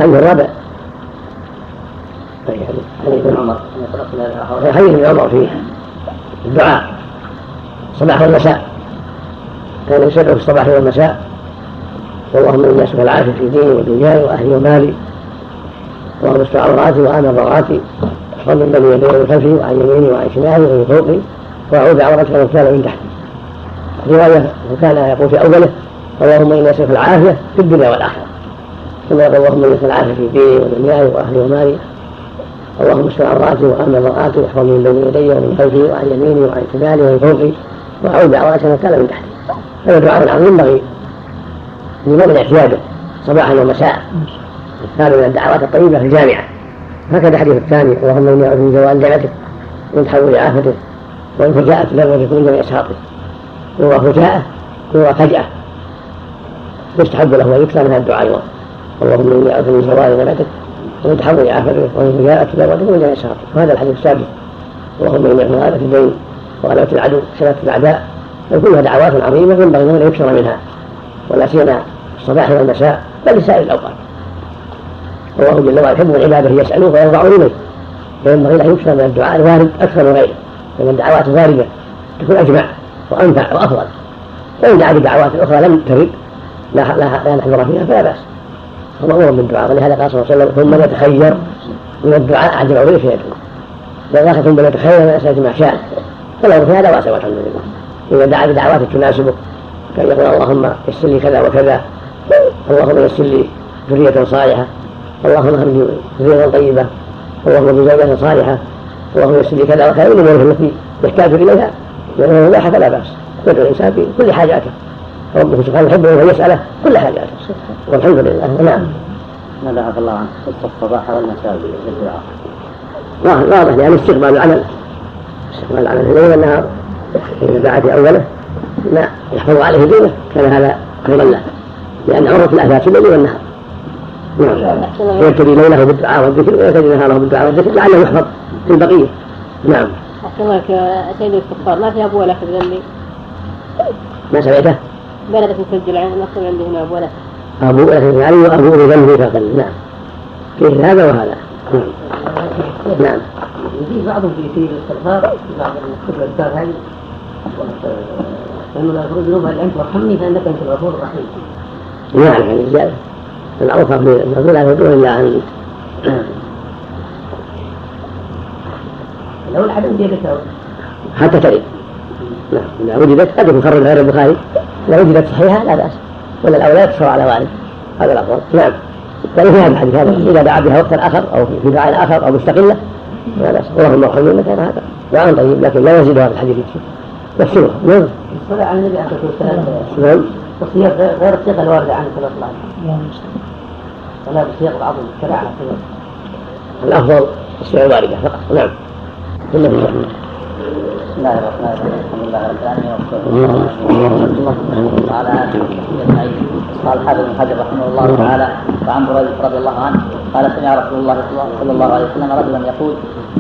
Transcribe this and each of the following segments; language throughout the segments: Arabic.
الحديث الرابع حديث ابن عمر في الدعاء الصباح والمساء، كان يسبح في الصباح والمساء: اللهم اني اسالك العافيه في ديني ودنياي واهلي ومالي، اللهم استر عوراتي وامن روعاتي، احفظني من بين يدي ومن خلفي وعن يميني وعن شمالي ومن فوقي، واعوذ بعورتك من كان من تحتي. روايه وكان يقول في اوله: اللهم اني اسالك العافيه في الدنيا والاخره، ثم يقول: اللهم اني اسالك العافيه في ديني ودنياي واهلي ومالي، اللهم استر عوراتي وامن روعاتي، واحفظني من بين يدي ومن خلفي وعن يميني وعن شمالي ومن فوقي، واعوذ بعورتك من كان من تحتي. هذا دعاء عظيم ينبغي لمن اعتياده صباحا ومساء، هذا من الدعوات الطيبه في الجامعه. هكذا الحديث الثاني: اللهم اني اعوذ من زوال نعمتك ومن تحول عافيتك ومن فجاءة ضرك من جميع اسخاطك. يروى فجاءة يروى فجأة، يستحب له ان يكثر من الدعاء: اللهم اني اعوذ من زوال نعمتك ومن تحول عافيتك ومن فجاءة ضرك من جميع اسخاطك. وهذا الحديث السادس: اللهم اني اعوذ غلبة الدين وغلبة العدو وشماتة الاعداء. كلها دعوات عظيمه ينبغي ان يكثر منها، ولا سيما الصباح والمساء بل لسائر الاوقات. الله جل وعلا يحب من عباده يسالوه ويرضعون اليه، فينبغي له يكثر من الدعاء الوارد اكثر من غيره، فان الدعوات الوارده تكون اجمع وانفع وافضل. وان دعا بدعوات اخرى لم ترد لا نحذر فيها فلا باس، هو مامور بالدعاء. ولهذا قال صلى الله عليه وسلم: ثم يتخير من الدعاء اعجب عليه فيدعو. فذاك ثم يتخير من اسئله ما شاء، فله في هذا واسع والحمد لله. إذا دعا بدعوات تناسبه كان يقول: اللهم يسر لي كذا وكذا، اللهم يسر لي ذرية صالحة، اللهم هب لي ذرية طيبة، اللهم بزوجة صالحة، اللهم يسر لي كذا وكذا، من الأمور التي يحتاج إليها لأنه مباحة فلا بأس. يدعو الإنسان بكل حاجاته، ربه سبحانه يحبه أن يسأله كل حاجاته، والحمد لله. نعم. ماذا عفى الله عنه قصة الصباح والمساء بالدعاء؟ واضح، لأن استقبال العمل الليل والنهار، إذا دعا في أوله ما يحفظ عليه دينه كان هذا خيرا له، لأن عرف الآفات في الليل والنهار. نعم. يبتدي ليله بالدعاء والذكر ويبتدي نهاره بالدعاء والذكر لعله يحفظ في البقية. نعم. أحسن الله سيد الكفار ما في أبو ولا في ذنبي؟ ما سمعته؟ بلدة تسجل عن نصر عندي هنا أبو ولا أبو ولا يعني وأبو بذنبي فقل. نعم. فيه هذا وهذا. نعم. يجي بعضهم في الاستغفار بعض الأذكار هذه فإنه لا يخرج ذنوبها إلا أنت وارحمني فإنك أنت الغفور الرحيم. نعم. يعني زيادة العوفة في الرسول لا يدعو إلا عن لو العدم زيادته حتى تريد. نعم. إذا وجدت قد يكون غير البخاري، إذا وجدت صحيحة لا بأس، ولا الأولاد تصور على والد، هذا الأفضل. نعم. يعني في هذا الحديث هذا إذا دعا بها وقتا آخر أو في دعاء آخر أو مستقلة لا بأس. اللهم ارحمني إنك كان هذا دعاء طيب، لكن لا يزيد هذا الحديث يفسره. نعم. الصلاة على النبي عليه الصلاة والسلام. نعم. تصيغ غير الصيغة الواردة عنه صلى الله عليه وسلم، ولا بصيغ بعض الشرائع الأفضل الصيغة الواردة فقط. نعم. بسم الله الرحمن الرحيم. الحمد لله رب العالمين. قال الحافظ بن حجر رحمه الله تعالى: وعن بريدة رضي الله عنه قال: سمع رسول الله صلى الله عليه وسلم رجلا يقول: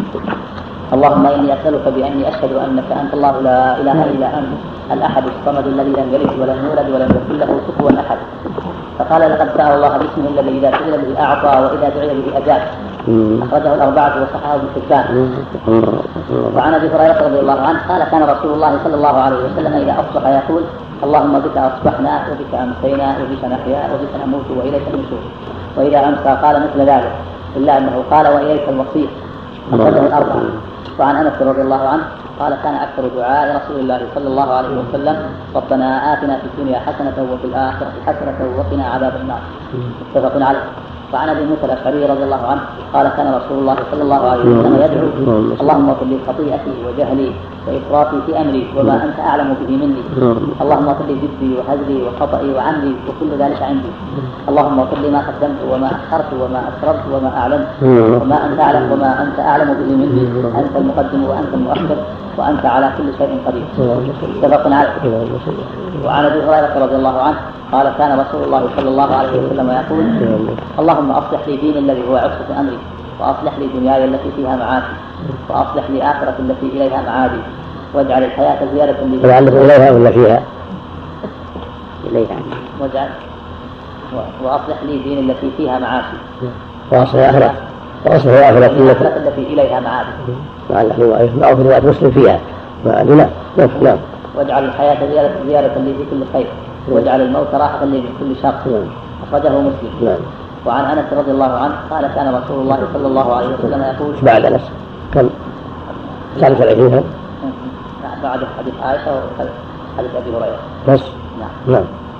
اللهم إني أسألك بأني أشهد أنك أنت الله لا إله إلا أنت الأحد الصمد الذي لم يلد ولم يولد ولم يكن له كفوا أحد. فقال: لقد سأل الله باسمه الذي إذا سئل به أعطى وإذا دعي به أجاب. أخرجه الأربعة وصححه ابن حبان. وعن أبي هريرة رضي الله عنه قال: كان رسول الله صلى الله عليه وسلم إذا أصبح يقول: اللهم بك أصبحنا وبك أمسينا وبك نحيا وبك نموت وإليك النشور. وإذا أمسى قال مثل ذلك، إلا أنه قال: وإليك المصير. أخرجه الأربعة. وعن أنس رضي الله عنه قال: كان أكثر دعاء رسول الله صلى الله عليه وسلم: ربنا آتنا في الدنيا حسنة وفي الآخرة حسنة وقنا عذاب النار. متفق عليه. وعن ابي موسى الاشعري رضي الله عنه قال: كان رسول الله صلى الله عليه وسلم يدعو: اللهم اغفر لي خطيئتي وجهلي وإسرافي في أمري وما أنت أعلم به مني، اللهم اغفر لي جدي وهزلي وخطئي وعمدي وكل ذلك عندي، اللهم اغفر لي ما قدمت وما أخرت وما أسررت وما أعلنت وما أنت أعلم به مني، أنت المقدم وأنت المؤخر وأنت على كل شيء قدير. متفق عليه. وعن أبي هريرة رضي الله عنه قال: كان رسول الله صلى الله عليه وسلم يقول: اللهم أصلح لي ديني الذي هو عصمة أمري، وأصلح لي دنياي التي فيها معاشي، وأصلح لي آخرة التي إليها معادي، واجعل الحياة زيادة لي. واجعل إليها ولا فيها؟ إليها. واجعل وأصلح لي دين التي فيها معاشي وأصلح آخرة التي إليها معادي. معه في رواية مسلم فيها معادي. نعم. واجعل الحياة زيادة لي في كل خير واجعل الموت راحة لي من كل شر. أخرجه مسلم. وعن أنس رضي الله عنه قال كان رسول الله صلى الله عليه وسلم يقول بعد أنس كم 23 بعد حديث عائشة وحديث أبي هريرة بس. نعم.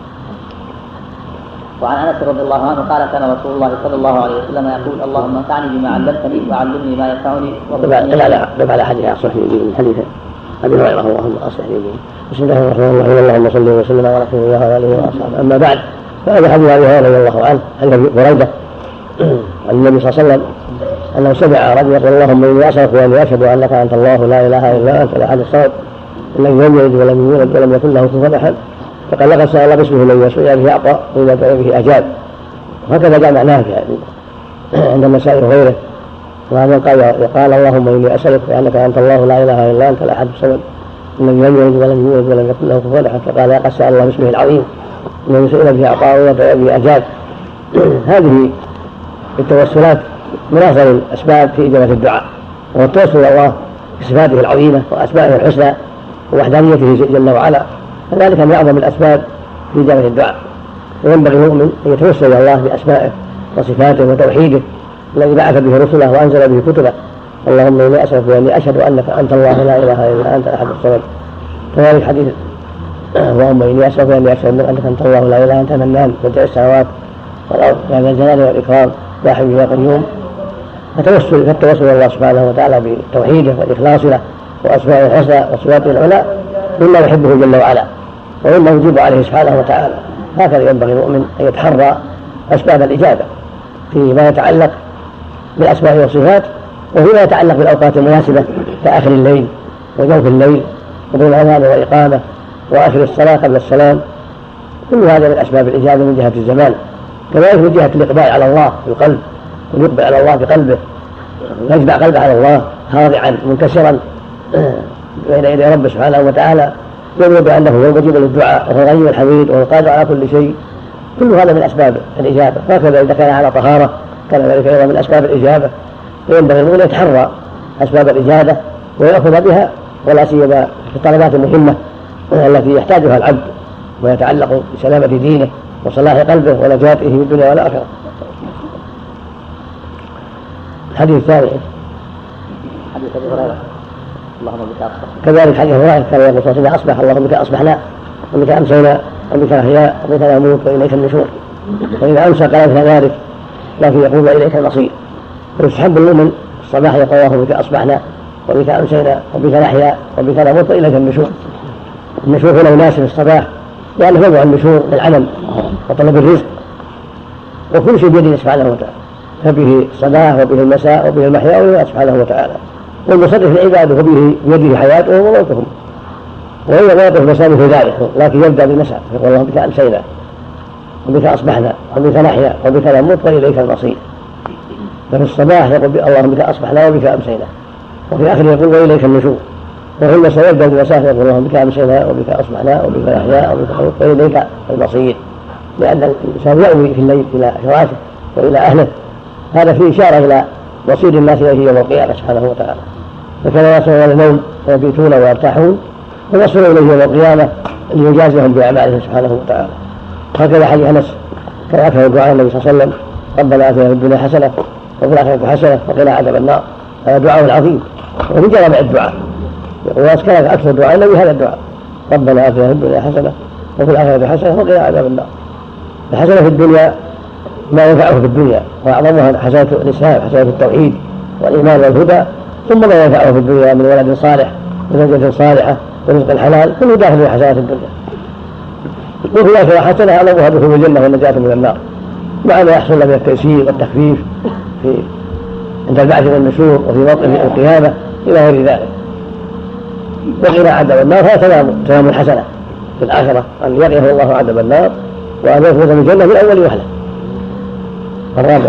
وعن أنس رضي الله عنه قال كان رسول الله صلى الله عليه وسلم يقول اللهم انفعني بما علمتني وعلمني ما ينفعني. على حديث أصلح لي من حديث أبي هريرة اللهم أصلح لي ديني. بسم الله الرحمن الرحيم اللهم صل وسلم على رسول الله وعلى آله وأصحابه. أما بعد فهذا حديث أبي هريرة رضي الله عنه عن أبي بريدة عن النبي صلى الله عليه وسلم أنه سمع رجلا يقول اللهم إني أسألك وأني أشهد أنك أنت الله لا إله إلا أنت الأحد الصمد الذي لم يلد ولم يولد ولم يكن له كفوا أحد فقال لقد سأل الله باسمه من يسأل به أعطى وإذا دعا به أجاب. وهكذا جاء معناه عند النسائي وغيره. وهذا قال اللهم إني أسألك بأنك أنت الله لا إله إلا أنت الأحد الصمد الذي لم يلد ولم يولد ولم يكن له كفوا أحد فقال لقد سأل الله باسمه العظيم من يسأل به أعطى وإذا دعا به أجاب. هذه التوسلات من أفضل الأسباب في إجابة الدعاء، والتوسل إلى الله بصفاته العظيمة وأسمائه الحسنى ووحدانيته جل وعلا، فذلك من أعظم الأسباب في إجابة الدعاء. وينبغي المؤمن أن يتوسل إلى الله بأسمائه وصفاته وتوحيده الذي بعث به رسله وأنزل به كتبه. اللهم إني أسألك وإني أشهد أنك أنت الله لا إله إلا أنت الأحد الصمد. كذلك حديث اللهم إني أسألك وإني أشهد أنك أنت الله لا إله إلا أنت المنان بديع السماوات والأرض يا ذا الجلال والإكرام يا حي يا قيوم. فالتوسل إلى الله سبحانه وتعالى بتوحيده والإخلاص له وأسمائه الحسنى وصفاته العلى مما يحبه جل وعلا ومما يجيب عليه سبحانه وتعالى. هكذا ينبغي المؤمن أن يتحرى أسباب الإجابة فيما يتعلق بالأسماء والصفات وفيما يتعلق بالأوقات المناسبة كآخر الليل وجوف الليل وبين الأذان والإقامة وآخر الصلاة قبل السلام. كل هذا من أسباب الإجابة من جهة الزمان. كذلك من جهة الإقبال على الله بالقلب ويقبل على الله بقلبه ويجمع قلبه على الله خاضعا منكسرا بين يدي ربه سبحانه وتعالى يؤمن بأنه هو المجيب للدعاء وهو الغني الحميد وهو القادر على كل شيء. كل هذا من أسباب الإجابة. وهكذا إذا كان على طهارة كان ذلك أيضا من أسباب الإجابة. فينبغي المؤمن أن يتحرى أسباب الإجابة ويأخذ بها ولا سيما في الطلبات المهمة التي يحتاجها العبد ويتعلق بسلامة دينه وصلاح قلبه ونجاته في الدنيا والآخرة. الحديث الثاني حديث أبي هريرة اللهم بك أصبح. كذلك حديث هريرة كان يقول صلى الله عليه وسلم أصبح اللهم بك أصبحنا وبك أمسينا وبك نحيا وبك نموت وإليك النشور. وإذا أمسى قال مثل ذلك لكن يقول إليك المصير. ويستحب المؤمن الصباح يقول اللهم بك أصبحنا وبك أمسينا وبك نحيا وبك نموت وإليك النشور. النشور هنا يناسب الصباح لأنه موضع النشور للعمل وطلب الرزق وكل شيء بيده سبحانه وتعالى، فبه الصباح وبه المساء وبه المحيا والممات سبحانه وتعالى. والمصرف العباد وبه بيده حياتهم وموتهم وإذا موته المساء في ذلك لكن يبدأ بالمساء يقول اللهم بك أمسينا وبك أصبحنا وبك نحيا وبك نموت وإليك المصير. ففي الصباح يقول اللهم بك أصبحنا وبك أمسينا وفي آخر يقول وإليك النشور. وفي المساء يبدأ بالمساء يقول اللهم بك أمسينا وبك أصبحنا وبك نحيا وبك نموت وإليك المصير. لأن الإنسان يأوي في الليل إلى فراشه وإلى أهله. هذا فيه إشارة إلى مصير الناس إليه يوم القيامة سبحانه وتعالى. فكان يصلون النوم ويبيتون ويرتاحون ويصلون إليه يوم القيامة ليجازيهم بأعمالهم سبحانه وتعالى. هكذا حديث أنس كان أكثر دعاء النبي صلى الله عليه وسلم ربنا آتنا في الدنيا حسنة وفي الآخرة حسنة وقنا عذاب النار. هذا دعاء عظيم وفي جوامع الدعاء. والناس كان أكثر دعاء النبي هذا الدعاء ربنا آتنا في الدنيا حسنة وفي الآخرة حسنة وقنا عذاب النار. الحسنة في الدنيا ما ينفعه في الدنيا وأعظمها حسنة الإسلام حسنة التوحيد والإيمان والهدى، ثم ما ينفعه في الدنيا من ولد صالح وزوجة صالحة ورزق حلال كله داخل في حسنات الدنيا. وفي الآخرة حسنة أعظمها دخول الجنة والنجاة من النار مع ما يحصل من التيسير والتخفيف في عند البعث والنشور وفي موقف القيامة إلى غير ذلك. وقنا عذاب النار هذا تمام الحسنة في الآخرة أن يقيه الله عذاب النار وأن يفوز بالجنة من أول وهلة. الرابع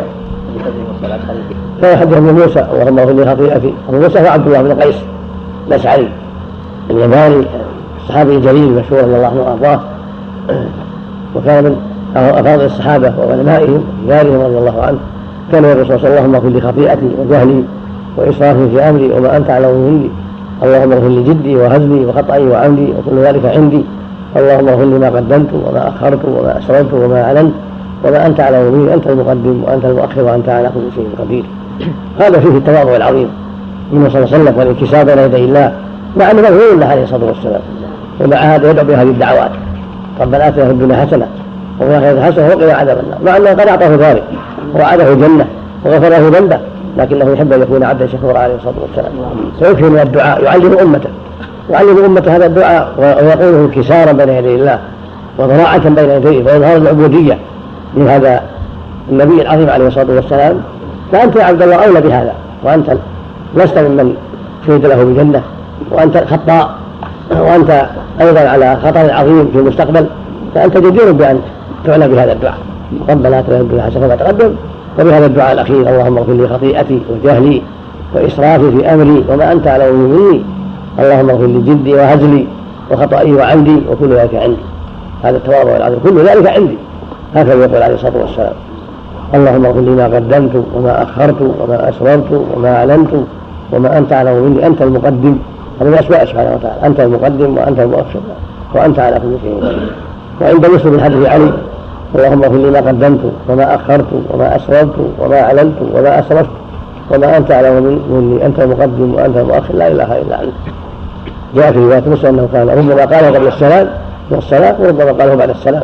كان حديث ابن موسى اللهم اغفر لي خطيئتي. ابو موسى هو عبد الله بن قيس الأشعري اليماني الصحابي الجليل المشهور رضي الله عنه وارضاه، وكان من أفاضل الصحابة وعلمائهم رجالهم رضي الله عنه كان يقول صلى الله عليه وسلم: اللهم اغفر لي خطيئتي وجهلي وإسرافي في أمري وما أنت أعلم مني، اللهم اغفر لي جدي وهزلي وخطئي وعمدي وكل ذلك عندي، اللهم اغفر لي ما قدمت وما أخرت وما أسررت وما أعلنت وما أنت أعلم مني، أنت المقدم وأنت المؤخر وأنت على كل شيء قدير. هذا فيه التواضع العظيم منه صلى الله عليه وسلم والانكسار بين يدي الله، مع أنه مغفور له عليه الصلاة والسلام، ومع هذا يدعو بهذه الدعوات: ربنا آتنا في الدنيا حسنة وفي الآخرة حسنة وقنا عذاب النار، مع أنه قد أعطاه ذلك ووعده الجنة وغفر له ذنبه، لكنه يحب أن يكون عبدا شكورا عليه الصلاة والسلام. فيكثر من الدعاء، يعلم أمته هذا الدعاء ويقوله انكسارا بين يدي الله وضراعة بين يديه وإظهار العبودية من هذا النبي العظيم عليه الصلاة والسلام. فأنت يا عبد الله أولى بهذا، وأنت لست ممن شهد له بجنة، وأنت خطاء، وأنت أيضا على خطر عظيم في المستقبل، فأنت جدير بأن تعنى بهذا الدعاء: ربنا آتنا في الدنيا حسنة وما تقدم، وبهذا الدعاء الأخير: اللهم اغفر لي خطيئتي وجهلي وإسرافي في أمري وما أنت أعلم مني، اللهم اغفر لي جدي وهزلي وخطئي وعمدي وكل ذلك عندي. هذا التواضع العظيم: كل ذلك عندي. هكذا يقول عليه الصلاة والسلام: اللهم اغفر لي ما قدمت وما أخرت وما أسررت وما أعلنت وما أنت أعلم مني، أنت المقدم. هذا من أسماء سبحانه وتعالى: أنت المقدم وأنت المؤخر وأنت على كل شيء قدير. وعند مسلم من حديث علي: اللهم اغفر لي ما قدمت وما أخرت وما أسررت وما أعلنت وما أسرفت وما أنت أعلم مني، أنت المقدم وأنت المؤخر، لا إله إلا أنت. جاء في رواية مسلم أنه كان ربما قاله قبل السلام والصلاة وربما قاله بعد السلام.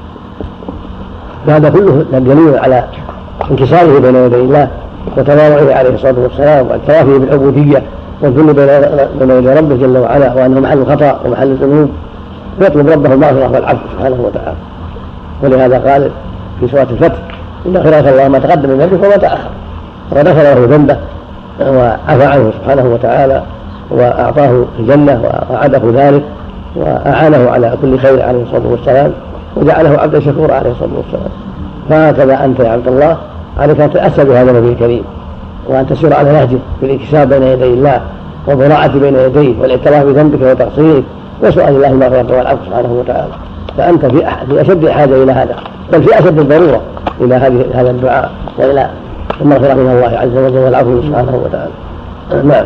فهذا كله دليل على انكساره بين يدي الله وتواضعه عليه الصلاة والسلام واعترافه بالعبودية والذل بين يدي ربه جل وعلا، وأنه محل الخطأ ومحل الذنوب، فيطلب ربه المغفرة والعفو سبحانه وتعالى. ولهذا قال في سورة الفتح: إن خيرات الله ما تقدم من ذنبه وما تأخر، وغفر له ذنبه وعفى عنه سبحانه وتعالى وأعطاه الجنة وأعاده ذلك وأعانه على كل خير عليه الصلاة والسلام وجعله عبدا شكورا عليه الصلاة والسلام. فهكذا أنت يا عبد الله عليك أن تتأسى بهذا النبي الكريم، وأن تسير على نهجه بالانكسار بين يدي الله والضراعة بين يديه والاعتراف بذنبك وتقصيرك وسؤال الله المغفرة والعفو سبحانه وتعالى. فأنت في أشد الحاجة إلى هذا، بل في أشد الضرورة إلى هذا الدعاء وإلى المغفرة من الله عز وجل والعفو سبحانه وتعالى. نعم.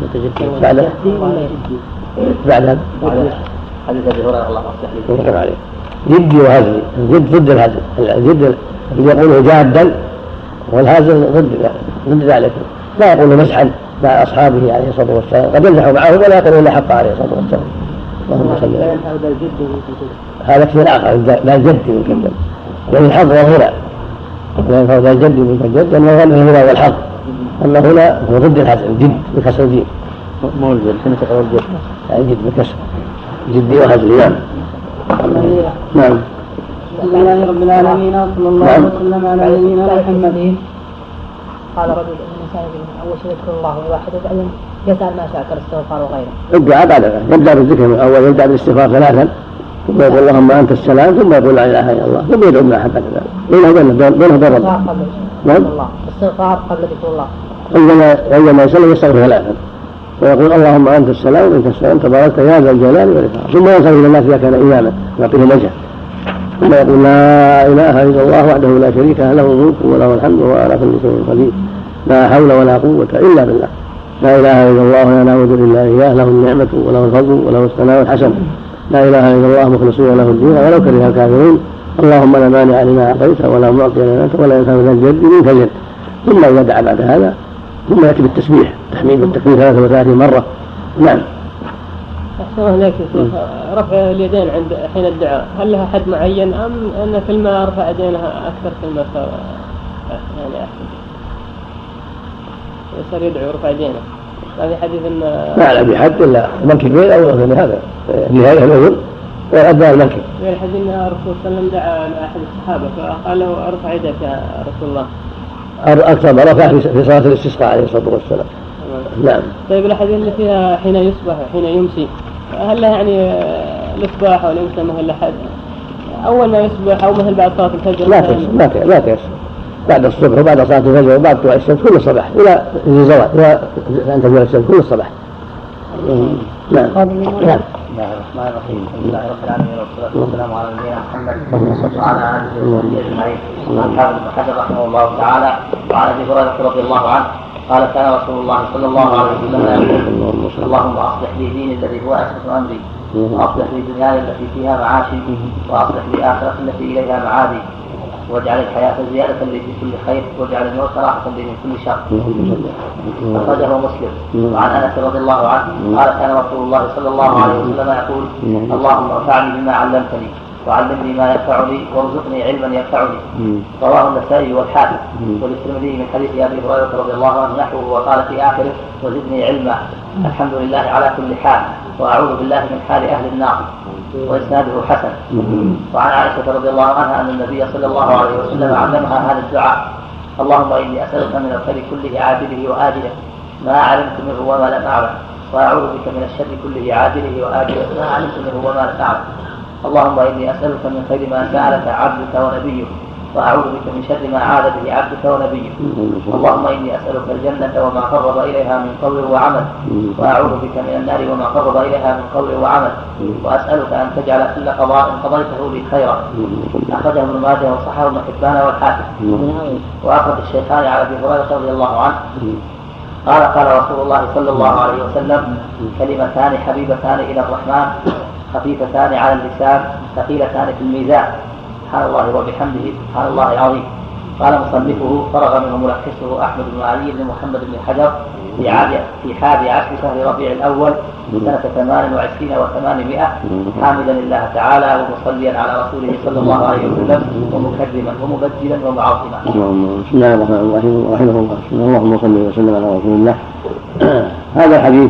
بعد حديث أبي هريرة الله يصلح عليه: جدي وهزلي. الجد ضد الهزل، الجد اللي يقوله جادا، والهزل ضد ذلك. لا يقول مزحا مع أصحابه عليه الصلاة والسلام، قد يمزح معه ولا يقول إلا حق عليه الصلاة والسلام. اللهم صل على هذا كثير آخر: لا الجد منك الجد، يعني الحظ والغنى. لا ينفع ذا الجد منك الجد، لأنه الغنى والحظ. أما هنا هو ضد الهزل، الجد بكسر الجيم. مو الجد، كما تقرأ الجد يعني الجد بكسر جدي وهزلي. نعم. بسم الله رب العالمين وصلى الله وسلم على نبينا محمد. قال رجل الإنسان أول شيء يذكر الله ويوحده وبعدين يسأل ما شاء كالاستغفار وغيره. الدعاء بعد يبدأ بالذكر من أول، يبدأ بالاستغفار ثلاثا، ثم يقول اللهم أنت السلام، ثم يقول لا إله إلا الله، ثم يدعو ما أحب ذلك. بينه وبين ربه. نعم. الاستغفار قبل ذكر الله. عندما يصلي يستغفر ثلاثا ويقول اللهم أنت السلام وأنت السلام تباركت يا ذا الجلال والإكرام، ثم ينصرف إلى الناس إذا كان إماما يعطيه وجهه، ثم يقول لا إله إلا الله وحده لا شريك له، له الملك وله الحمد وهو على كل شيء قدير، لا حول ولا قوة إلا بالله، لا إله إلا الله ولا نعبد إلا إياه، له النعمة وله الفضل وله الثناء الحسن، لا إله إلا الله مخلصين له الدين ولو كره الكافرون، اللهم لا مانع لما أعطيت ولا معطي لما منعت ولا ينفع ذا الجد منك الجد. ثم إذا دعا بعد هذا ثم يأتي بالتسبيح، تحميد والتكبير 33 مرة. نعم. أحسن الله عليك. رفع اليدين عند حين الدعاء هل لها حد معين أم أن كل ما أرفع يدينها أكثر كل ما صار يعني أحسن يصير يدعو ورفع يدينه؟ هذا حديث أن ما على بحد إلا منكبين أو هذا نهاية الأذن وأدنى المنكب. في الحديث أن الرسول صلى الله عليه وسلم دعا أحد الصحابة فقال له أرفع يدك يا رسول الله. أكثر ما رفع في صلاة الاستسقاء عليه الصلاة والسلام. نعم. طيب الحديث اللي فيها حين يصبح وحين يمسي هل لها يعني الإصباح والإمساء مثل حد أول ما يصبح أو مثل بعد صلاة الفجر؟ لا تيسر بعد الصبح وبعد صلاة الفجر وبعد طلوع الشمس كل الصباح ولا الزوال ولا أن تزول الشمس كل الصباح. نعم. بسم الله الرحمن الرحيم. الحمد لله رب العالمين والصلاة والسلام على نبينا محمد وعلى آله وصحبه أجمعين. قال الحافظ ابن حجر رحمه الله تعالى وعن أبي هريرة رضي الله عنه قال كان رسول الله صلى الله عليه وسلم يقول اللهم أصلح لي ديني الذي هو عصمة أمري وأصلح لي دنياي التي فيها معاشي وأصلح لي آخرتي التي إليها معادي واجعل الحياة زيادة لي في كل خير واجعل الموت راحة لي من كل شر. أخرجه مسلم. وعن أنس رضي الله عنه قال كان رسول الله صلى الله عليه وسلم يقول اللهم انفعني بما علمتني وعلمني ما ينفعني وارزقني علما ينفعني. رواه النسائي والحاكم والترمذي من حديث أبي هريرة رضي الله عنه نحوه وقال في آخره وزدني علما. الحمد لله على كل حال وأعوذ بالله من حال أهل النار. وإسناده حسن. وعن عائشة رضي الله عنها أن النبي صلى الله عليه وسلم علمها هذا الدعاء اللهم إني أسألك من الخير كله عاجله وآجله ما علمت منه وما لم أعلم وأعوذ بك من الشر كله عاجله وآجله ما علمت منه وما لم أعلم. اللهم إني أسألك من خير ما سألك عبدك ونبيك وأعوذ بك من شر ما عاد به عبدك ونبيك. اللهم إني أسألك الجنة وما قرب إليها من قول وعمل وأعوذ بك من النار وما قرب إليها من قول وعمل وأسألك أن تجعل كل قضاء قضيته لي خيرا. أخرجه ابن ماجه وصححه ابن حبان والحاكم. وأخرج الشيخان على أبي هريرة رضي الله عنه قال قال رسول الله صلى الله عليه وسلم كلمتان حبيبتان إلى الرحمن خفيفتان على اللسان ثقيلتان في الميزان سبحان الله وبحمده سبحان الله العظيم. قال مصنفه فرغ منه ملخصه أحمد بن علي بن محمد بن حجر في 11 شهر ربيع الأول سنة 28 و800 حامدا لله تعالى ومصليا على رسوله صلى الله عليه وسلم ومكرما ومبجلا ومعظما. بسم الله الرحمن الرحيم. رحمه الله. اللهم صل وسلم على رسول الله. هذا الحديث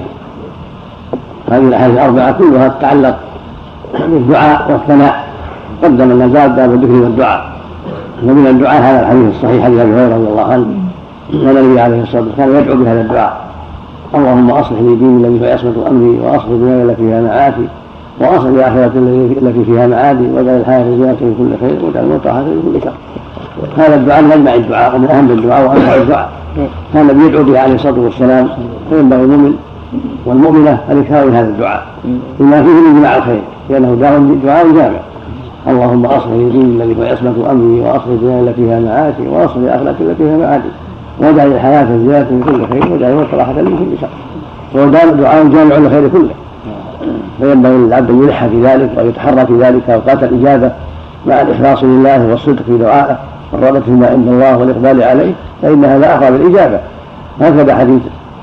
هذه الأحاديث الأربعة كلها تتعلق بالدعاء والثناء. قدم النزال باب الذكر والدعاء. ومن الدعاء هذا الحديث الصحيح حديث أبي هريرة رضي الله عنه أن النبي عليه الصلاة والسلام كان يدعو بهذا الدعاء اللهم أصلح لي ديني الذي هو عصمة أمري وأصلح دنياي التي فيها معاشي وأصلح لي آخرتي التي فيها معادي واجعل الحياة زيادة في كل خير واجعل الموت راحة في كل شر. هذا الدعاء من أجمع الدعاء ومن أهم الدعاء وأنفع الدعاء. كان النبي يدعو به عليه الصلاة والسلام فينبغي المؤمن والمؤمنة أن يكثروا من هذا الدعاء بما فيه من جماع الخير لأنه دعاء جامع. اللهم أصلح لي ديني الذي هو عصمة أمري وأصلح دنياي التي فيها معاشي وأصلح آخرتي التي فيها معادي واجعل الحياة زيادة من كل خير واجعل الموت راحة من كل شر. وهو دعاء جامع للخير كله فينبغي للعبد أن يلح في ذلك ويتحرى في ذلك أوقات الإجابة مع الإخلاص لله والصدق في دعائه والرغبة فيما عند الله والإقبال عليه فإن هذا أقرب الإجابة. هكذا حديث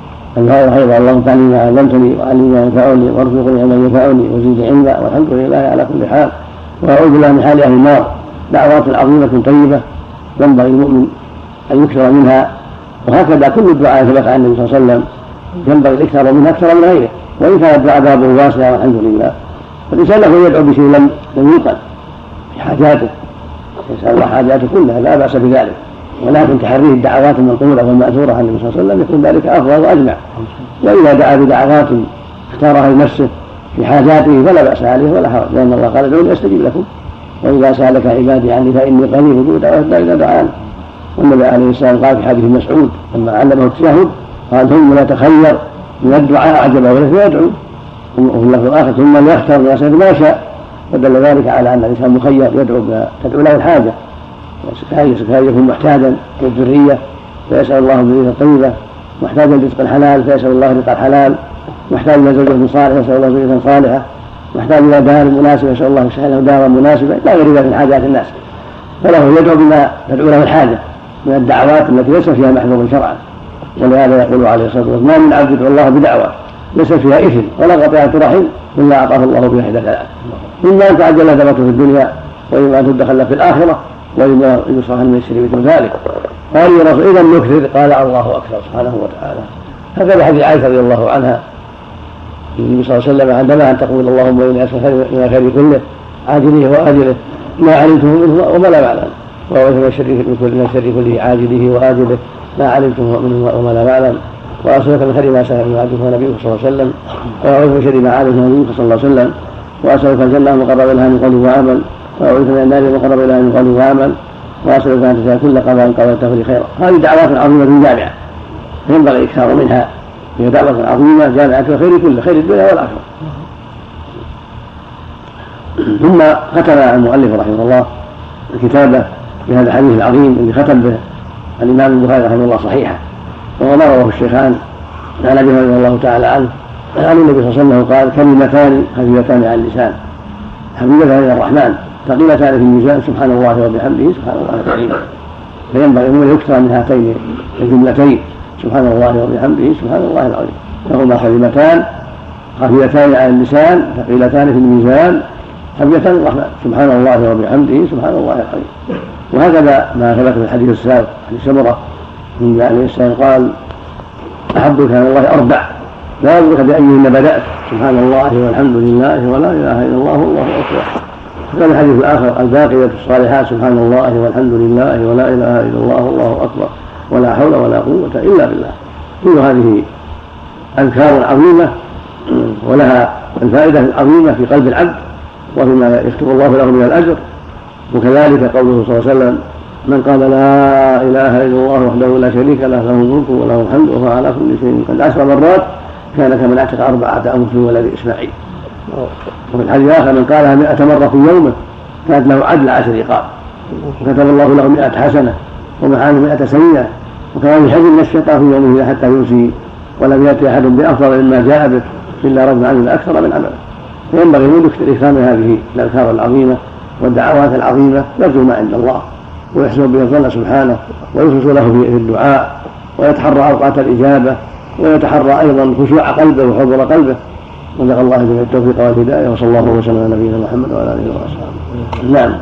أيضا اللهم تعالى ما علمتني وعلمني ما ينفعني وارزقني ما ينفعني وزدني علما والحمد لله على كل حال وأعوذ بالله من حال أهل النار. دعوات عظيمة طيبة ينبغي المؤمن أن يكثر منها. وهكذا كل الدعاء ثبت عن النبي صلى الله عليه وسلم ينبغي الإكثار منها أكثر من غيره وإن كان الدعاء بابه واسع والحمد لله. فالإنسان له يدعو بشيء لم يوقن في حاجاته يسأل الله حاجاته كلها لا بأس بذلك ولكن تحريه الدعوات المنقولة والمأثورة عن النبي صلى الله عليه وسلم يكون ذلك أفضل وأجمع. وإذا دعا بدعوات اختارها لنفسه في حاجاته فلا بأس عليه ولا حرج لأن الله قال ادعوني أستجب لكم وإذا سألك عبادي عني فإني قريب أجيب دعوة الداعي إذا دعان. والنبي عليه السلام قال في حديث مسعود لما علمه التشهد قال ثم لا تخير من الدعاء أعجبه ولكن يدعو وفي اللفظ الآخر ثم يختار من يسأل ما شاء فدل ذلك على أن الإنسان مخير تدعو له الحاجة كان يكون محتاجا للذرية فيسأل الله الذرية الطيبة محتاجا لرزق الحلال فيسأل الله رزق الحلال محتاج إلى زوجة صالحة يسأل الله زوجة صالحة محتاج إلى دار مناسبة يسأل الله له دارا مناسبة لا غير ذلك من حاجات الناس فله يدعو بما تدعو له الحاجة من الدعوات التي ليس فيها محظور شرعا. ولهذا يقول عليه الصلاة والسلام ما من عبد يدعو الله بدعوة ليس فيها إثم ولا قطيعة رحم إلا أعطاه الله بها إحدى ثلاث إما أن تعجل ثبته في الدنيا وإما أن تدخل في الآخرة وإما يصرف من الشر مثل ذلك. قال يا رسول إذا نكثر قال الله أكبر سبحانه وتعالى. هكذا حديث عائشة رضي الله عنها النبي صلى الله عليه وسلم عندما أن تقول اللهم إني أسألك من الخير كله عاجله وآجله ما علمته منه وما لا أعلم وأعوذ من الشر كله عاجله وآجله ما علمته منه وما لا أعلم وأسألك من خير ما سألك من عبدك نبيك صلى الله عليه وسلم وأعوذ من شر ما علمته نبيك صلى الله عليه وسلم وأسألك الجنة مقرب إليها من قول وعمل وأعوذ من النار مقرب إليها من قول وعمل وأسألك أن تجعل كل قضاء قضيته لي خيرا. هذه دعوات عظيمة جامعة ينبغي الإكثار منها. هي دعوة عظيمة جامعة الخير كله خير الدنيا والآخرة. ثم ختم المؤلف رحمه الله الكتابة بهذا الحديث العظيم اللي ختم به الإمام البخاري رحمه الله صحيحة، وهو ما رواه الشيخان عن أبي هريرة رضي الله تعالى عنه عن النبي صلى الله عليه وسلم قال: كلمتان خفيفتان على اللسان حبيبتان إلى الرحمن ثقيلتان في الميزان سبحان الله وبحمده سبحان الله العظيم. فينبغي أن يكثر من هاتين الجملتين سبحان الله وبحمده سبحان الله العظيم، فهما كلمتان خفيفتان على اللسان ثقيلتان في الميزان حبيبتان الرحمن سبحان الله وبحمده سبحان الله العظيم. وهكذا ما ثبت في الحديث السابق عن سمرة النبي عليه السلام قال: أحب كلام الله أربع لا أدرك بأيهن بدأت سبحان الله والحمد لله ولا إله إلا الله والله أكبر. وكان الحديث الآخر: الباقية الصالحات سبحان الله والحمد لله ولا إله إلا الله والله أكبر ولا حول ولا قوة إلا بالله. كل هذه أذكار عظيمة ولها الفائدة العظيمة في قلب العبد وفيما يكتب الله له من الأجر. وكذلك قوله صلى الله عليه وسلم: من قال لا إله إلا الله وحده لا شريك له له الملك وله الحمد وهو على كل شيء قد 10 مرات كان كمن اعتق 4 أمم في ولد إسماعيل. وفي الحديث الآخر: من قالها 100 مرة في يومه كانت له عدل 10 رقاب وكتب الله له 100 حسنة ومحاه 100 سيئة وكان يحزن الشيطان في يومه حتى يمسي ولم يأتي أحد بأفضل مما جاء به إلا رد عنه أكثر من عمله. فينبغي من إكرام هذه الأذكار العظيمة والدعوات العظيمة يرجو ما عند الله ويحسن به الظن سبحانه ويخلص له في الدعاء ويتحرى أوقات الإجابة ويتحرى أيضا خشوع قلبه وحضور قلبه. ونسأل الله جميع التوفيق والهداية وصلى الله وسلم على نبينا محمد وعلى آله وصحبه. نعم.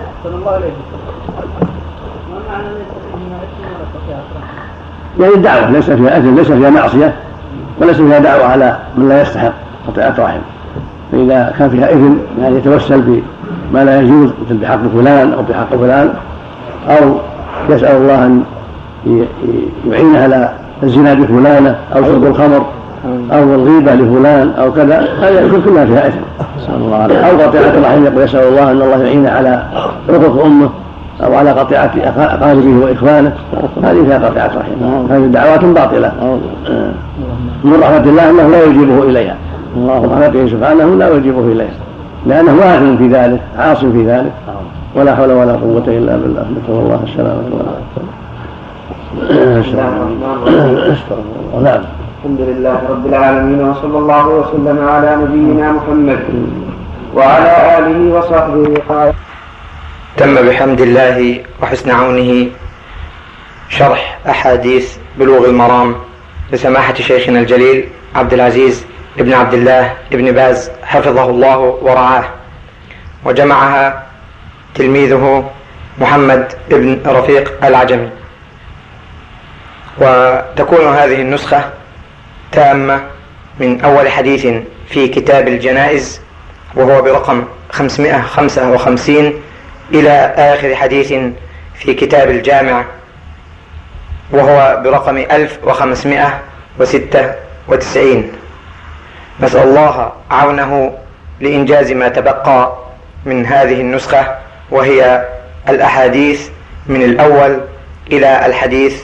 يعني الدعوة ليس فيها أثم ليس فيها معصية وليس فيها دعوة على من لا يستحق قطيعة رحم. فإذا كان فيها إثم يعني يتوسل بما لا يجوز مثل بحق فلان أو بحق فلان أو يسأل الله أن يعينه على الزنا بفلانة أو شرب الخمر أو الغيبة لفلان أو كذا، هذا يكون كلها فيها إثم. أو قطيعة الرحم يقول يسأل الله أن الله يعينه على عقوق أمه أو على قطيعة أقاربه وإخوانه، هذه فيها قطيعة رحم. هذه دعوات باطلة من رحمة الله أنه لا يجيبه إليها، ورحمته سبحانه لا يجيبه إليها لأنه واثم في ذلك عاص في ذلك ولا حول ولا قوة إلا بالله. نسأل الله السلامة والعافية. نعم. الحمد لله رب العالمين وصلى الله وسلم على نبينا محمد وعلى آله وصحبه. تم بحمد الله وحسن عونه شرح أحاديث بلوغ المرام لسماحة شيخنا الجليل عبد العزيز ابن عبد الله ابن باز حفظه الله ورعاه، وجمعها تلميذه محمد ابن رفيق العجمي. وتكون هذه النسخة تامة من أول حديث في كتاب الجنائز وهو برقم 555 إلى آخر حديث في كتاب الجامع وهو برقم 1596. نسأل الله عونه لإنجاز ما تبقى من هذه النسخة، وهي الأحاديث من الأول إلى الحديث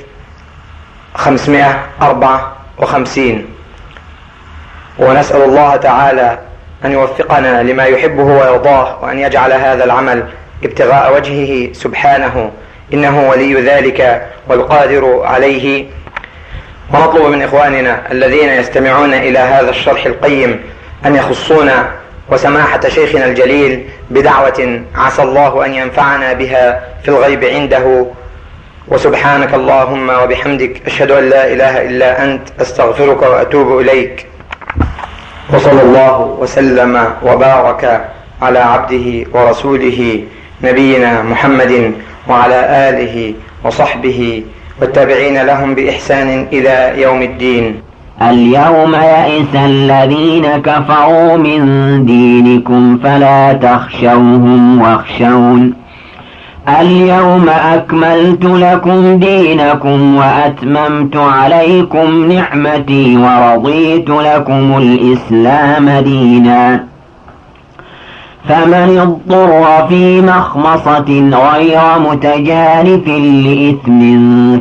554. ونسأل الله تعالى أن يوفقنا لما يحبه ويرضاه، وأن يجعل هذا العمل ابتغاء وجهه سبحانه، إنه ولي ذلك والقادر عليه. ونطلب من إخواننا الذين يستمعون إلى هذا الشرح القيم أن يخصونا وسماحة شيخنا الجليل بدعوة عسى الله أن ينفعنا بها في الغيب عنده. وسبحانك اللهم وبحمدك أشهد أن لا إله إلا أنت أستغفرك وأتوب إليك. وصلى الله وسلم وبارك على عبده ورسوله نبينا محمد وعلى آله وصحبه والتابعين لهم بإحسان إلى يوم الدين. اليوم يئس الذين كفروا من دينكم فلا تخشوهم واخشون. اليوم أكملت لكم دينكم وأتممت عليكم نعمتي ورضيت لكم الإسلام دينا. فمن اضطر في مخمصة غير متجانف لإثم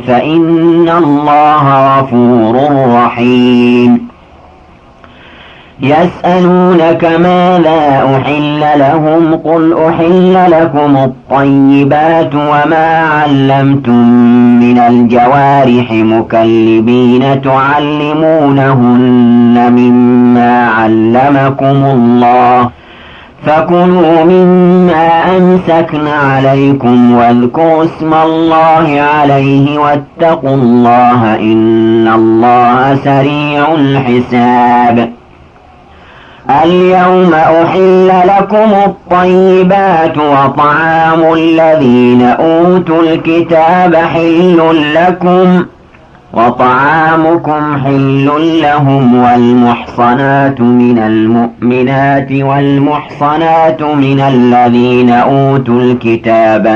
فإن الله غفور رحيم. يسألونك ماذا أحل لهم قل أحل لكم الطيبات وما علمتم من الجوارح مكلبين تعلمونهن مما علمكم الله فكلوا مما أمسكن عليكم واذكروا اسم الله عليه واتقوا الله إن الله سريع الحساب. اليوم أحل لكم الطيبات وطعام الذين أوتوا الكتاب حل لكم وطعامكم حل لهم والمحصنات من المؤمنات والمحصنات من الذين أوتوا الكتاب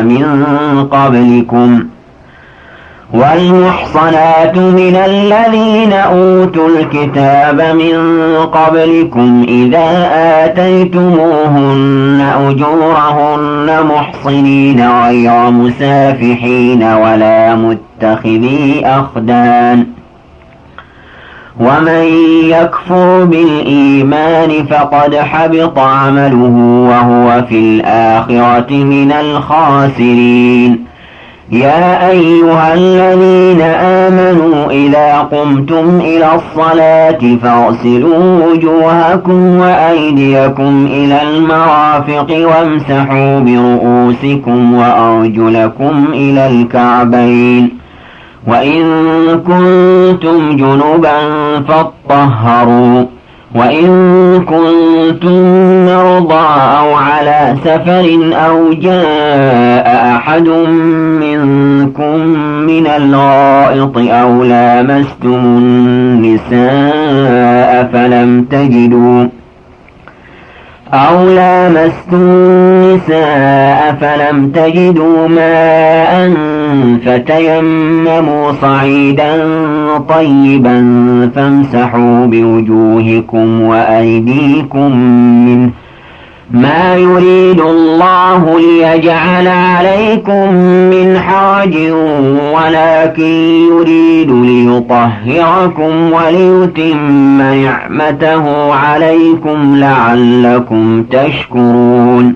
من قبلكم إذا آتيتموهن أجورهن محصنين غير مسافحين ولا متخذي أخدان ومن يكفر بالإيمان فقد حبط عمله وهو في الآخرة من الخاسرين. يا أيها الذين آمنوا إذا قمتم إلى الصلاة فاغسلوا وجوهكم وأيديكم إلى المرافق وامسحوا برؤوسكم وأرجلكم إلى الكعبين وإن كنتم جنبا فاطهروا وإن كنتم مرضى أو على سفر أو جاء أحد منكم من الغائط أو لامستم النساء فلم تجدوا ماء فتيمموا صعيدا طيبا فامسحوا بوجوهكم وأيديكم منه ما يريد الله ليجعل عليكم من حرج ولكن يريد ليطهركم وليتم نعمته عليكم لعلكم تشكرون.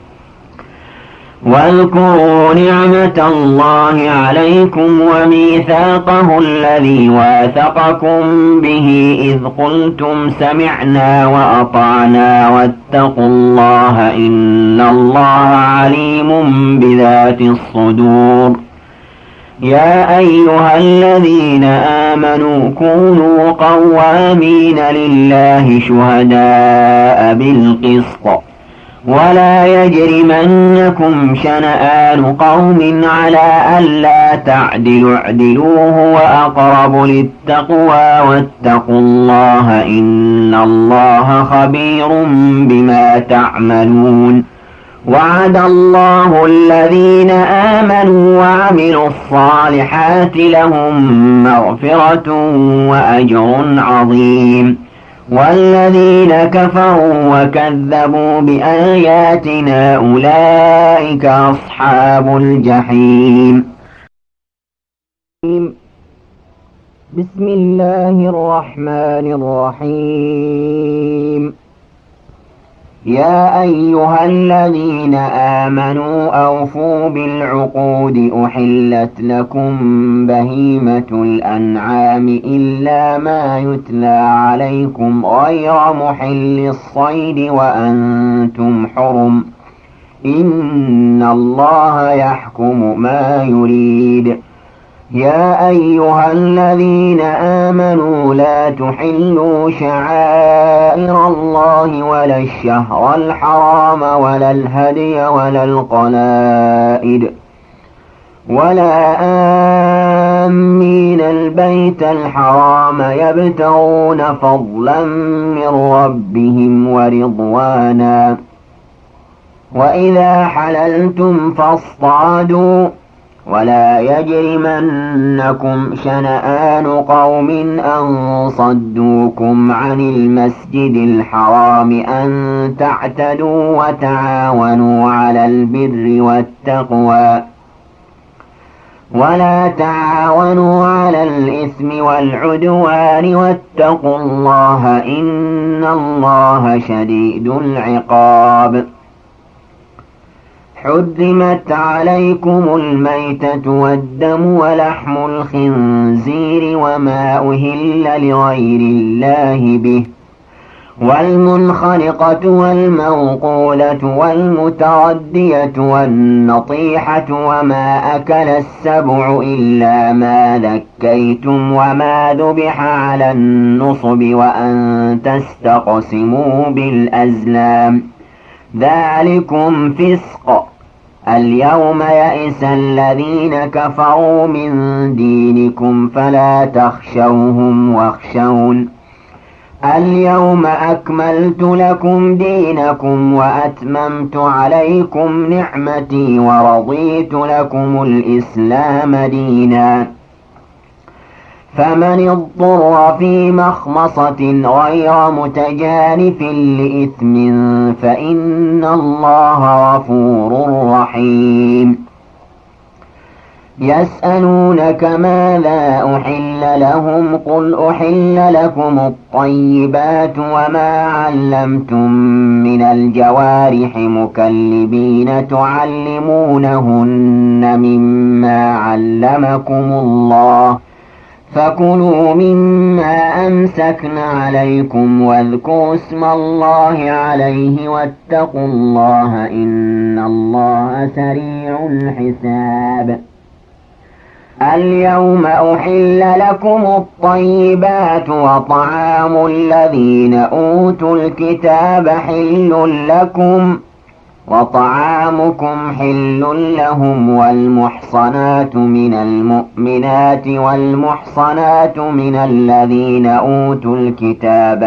واذكروا نعمة الله عليكم وميثاقه الذي واثقكم به إذ قلتم سمعنا وأطعنا واتقوا الله إن الله عليم بذات الصدور. يا أيها الذين آمنوا كونوا قوامين لله شهداء بالقسط ولا يجرمنكم شنآن قوم على ألا تعدلوا اعدلوه وأقرب للتقوى واتقوا الله إن الله خبير بما تعملون. وعد الله الذين آمنوا وعملوا الصالحات لهم مغفرة وأجر عظيم والذين كفروا وكذبوا بآياتنا أولئك أصحاب الجحيم. بسم الله الرحمن الرحيم. يا أيها الذين آمنوا أوفوا بالعقود أحلت لكم بهيمة الأنعام إلا ما يتلى عليكم غير محل الصيد وأنتم حرم إن الله يحكم ما يريد. يا أيها الذين آمنوا لا تحلوا شعائر الله ولا الشهر الحرام ولا الهدي ولا القلائد ولا آمين البيت الحرام يبتغون فضلا من ربهم ورضوانا وإذا حللتم فاصطادوا ولا يجرمنكم شنآن قوم أن صدوكم عن المسجد الحرام أن تعتدوا وتعاونوا على البر والتقوى ولا تعاونوا على الإثم والعدوان واتقوا الله إن الله شديد العقاب. حرمت عليكم الميتة والدم ولحم الخنزير وما أهل لغير الله به والمنخنقة والموقولة والمتردية والنطيحة وما أكل السبع إلا ما ذكيتم وما ذبح على النصب وأن تستقسموا بالأزلام ذلكم فسق. اليوم يئس الذين كفروا من دينكم فلا تخشوهم واخشون. اليوم أكملت لكم دينكم وأتممت عليكم نعمتي ورضيت لكم الإسلام دينا. فمن اضطر في مخمصة غير متجانف لإثم فإن الله غفور رحيم. يسألونك ماذا أحل لهم قل أحل لكم الطيبات وما علمتم من الجوارح مكلبين تعلمونهن مما علمكم الله فكلوا مما أمسكن عليكم واذكروا اسم الله عليه واتقوا الله إن الله سريع الحساب. اليوم أحل لكم الطيبات وطعام الذين أوتوا الكتاب حل لكم وطعامكم حل لهم والمحصنات من المؤمنات والمحصنات من الذين أوتوا الكتاب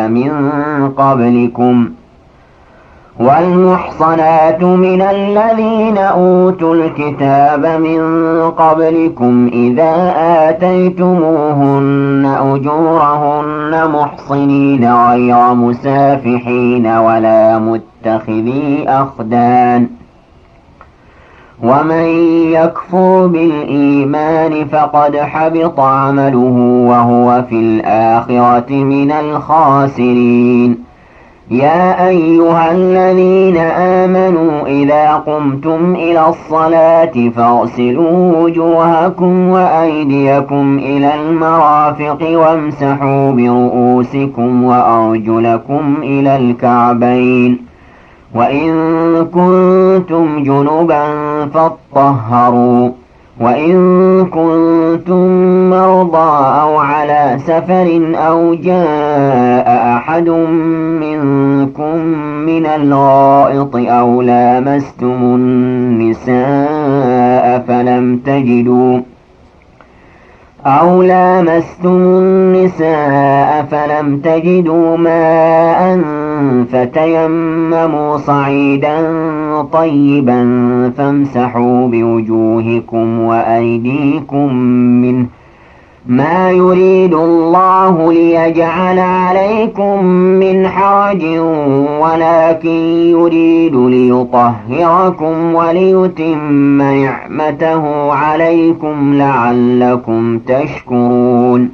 من قبلكم إذا آتيتموهن أجورهن محصنين غير مسافحين ولا متخذي أخدان. ومن يكفر بالإيمان فقد حبط عمله وهو في الآخرة من الخاسرين. يا أيها الذين آمنوا إذا قمتم إلى الصلاة فاغسلوا وجوهكم وأيديكم إلى المرافق وامسحوا برؤوسكم وأرجلكم إلى الكعبين وإن كنتم جنبا فاطهروا وإن كنتم مرضى أو على سفر أو جاء أحد منكم من الغائط أو لامستم النساء فلم تجدوا ماء فتيمموا صعيدا طيبا فامسحوا بوجوهكم وأيديكم منه ما يريد الله ليجعل عليكم من حرج ولكن يريد ليطهركم وليتم نعمته عليكم لعلكم تشكرون.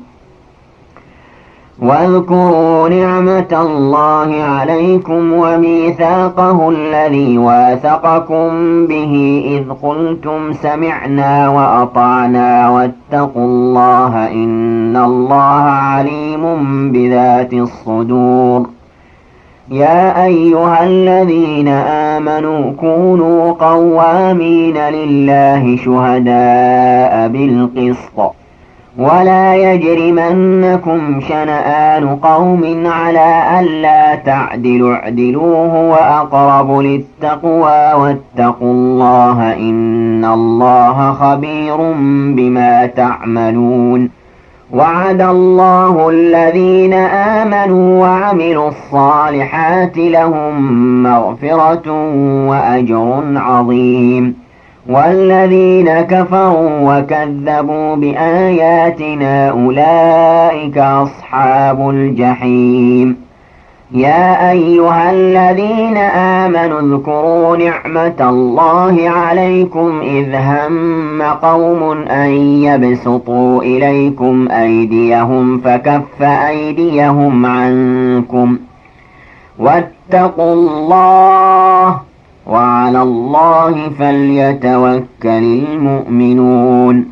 واذكروا نعمة الله عليكم وميثاقه الذي واثقكم به إذ قلتم سمعنا وأطعنا واتقوا الله إن الله عليم بذات الصدور. يا أيها الذين آمنوا كونوا قوامين لله شهداء بالقسط ولا يجرمنكم شنآن قوم على ألا تعدلوا اعدلوا هو أقرب للتقوى واتقوا الله إن الله خبير بما تعملون. وعد الله الذين آمنوا وعملوا الصالحات لهم مغفرة وأجر عظيم. والذين كفروا وكذبوا بآياتنا أولئك أصحاب الجحيم. يا أيها الذين آمنوا اذكروا نعمة الله عليكم إذ هم قوم أن يبسطوا إليكم أيديهم فكف أيديهم عنكم واتقوا الله وعلى الله فليتوكل المؤمنون.